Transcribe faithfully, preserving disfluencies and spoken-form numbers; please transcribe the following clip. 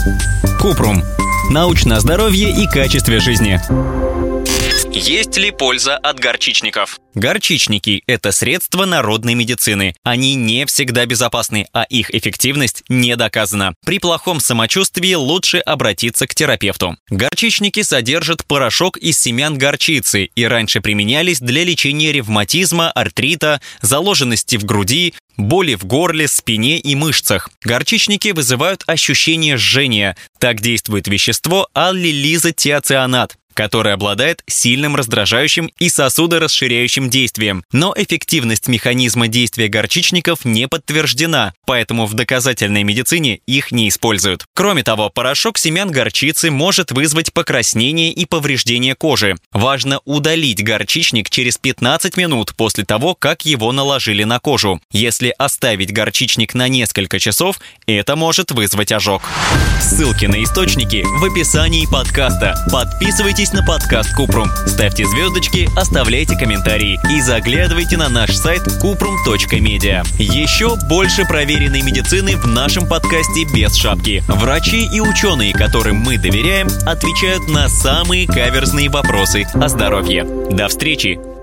Купрум. Научное здоровье и качестве жизни. Есть ли польза от горчичников? Горчичники – это средства народной медицины. Они не всегда безопасны, а их эффективность не доказана. При плохом самочувствии лучше обратиться к терапевту. Горчичники содержат порошок из семян горчицы и раньше применялись для лечения ревматизма, артрита, заложенности в груди, боли в горле, спине и мышцах. Горчичники вызывают ощущение жжения. Так действует вещество аллилизотиоцианат, который обладает сильным раздражающим и сосудорасширяющим действием. Но эффективность механизма действия горчичников не подтверждена, поэтому в доказательной медицине их не используют. Кроме того, порошок семян горчицы может вызвать покраснение и повреждение кожи. Важно удалить горчичник через пятнадцать минут после того, как его наложили на кожу. Если оставить горчичник на несколько часов, это может вызвать ожог. Ссылки на источники в описании подкаста. Подписывайтесь на подкаст Купрум, ставьте звездочки, оставляйте комментарии и заглядывайте на наш сайт купрум точка медиа. Еще больше проверенной медицины в нашем подкасте без шапки. Врачи и ученые, которым мы доверяем, отвечают на самые каверзные вопросы о здоровье. До встречи!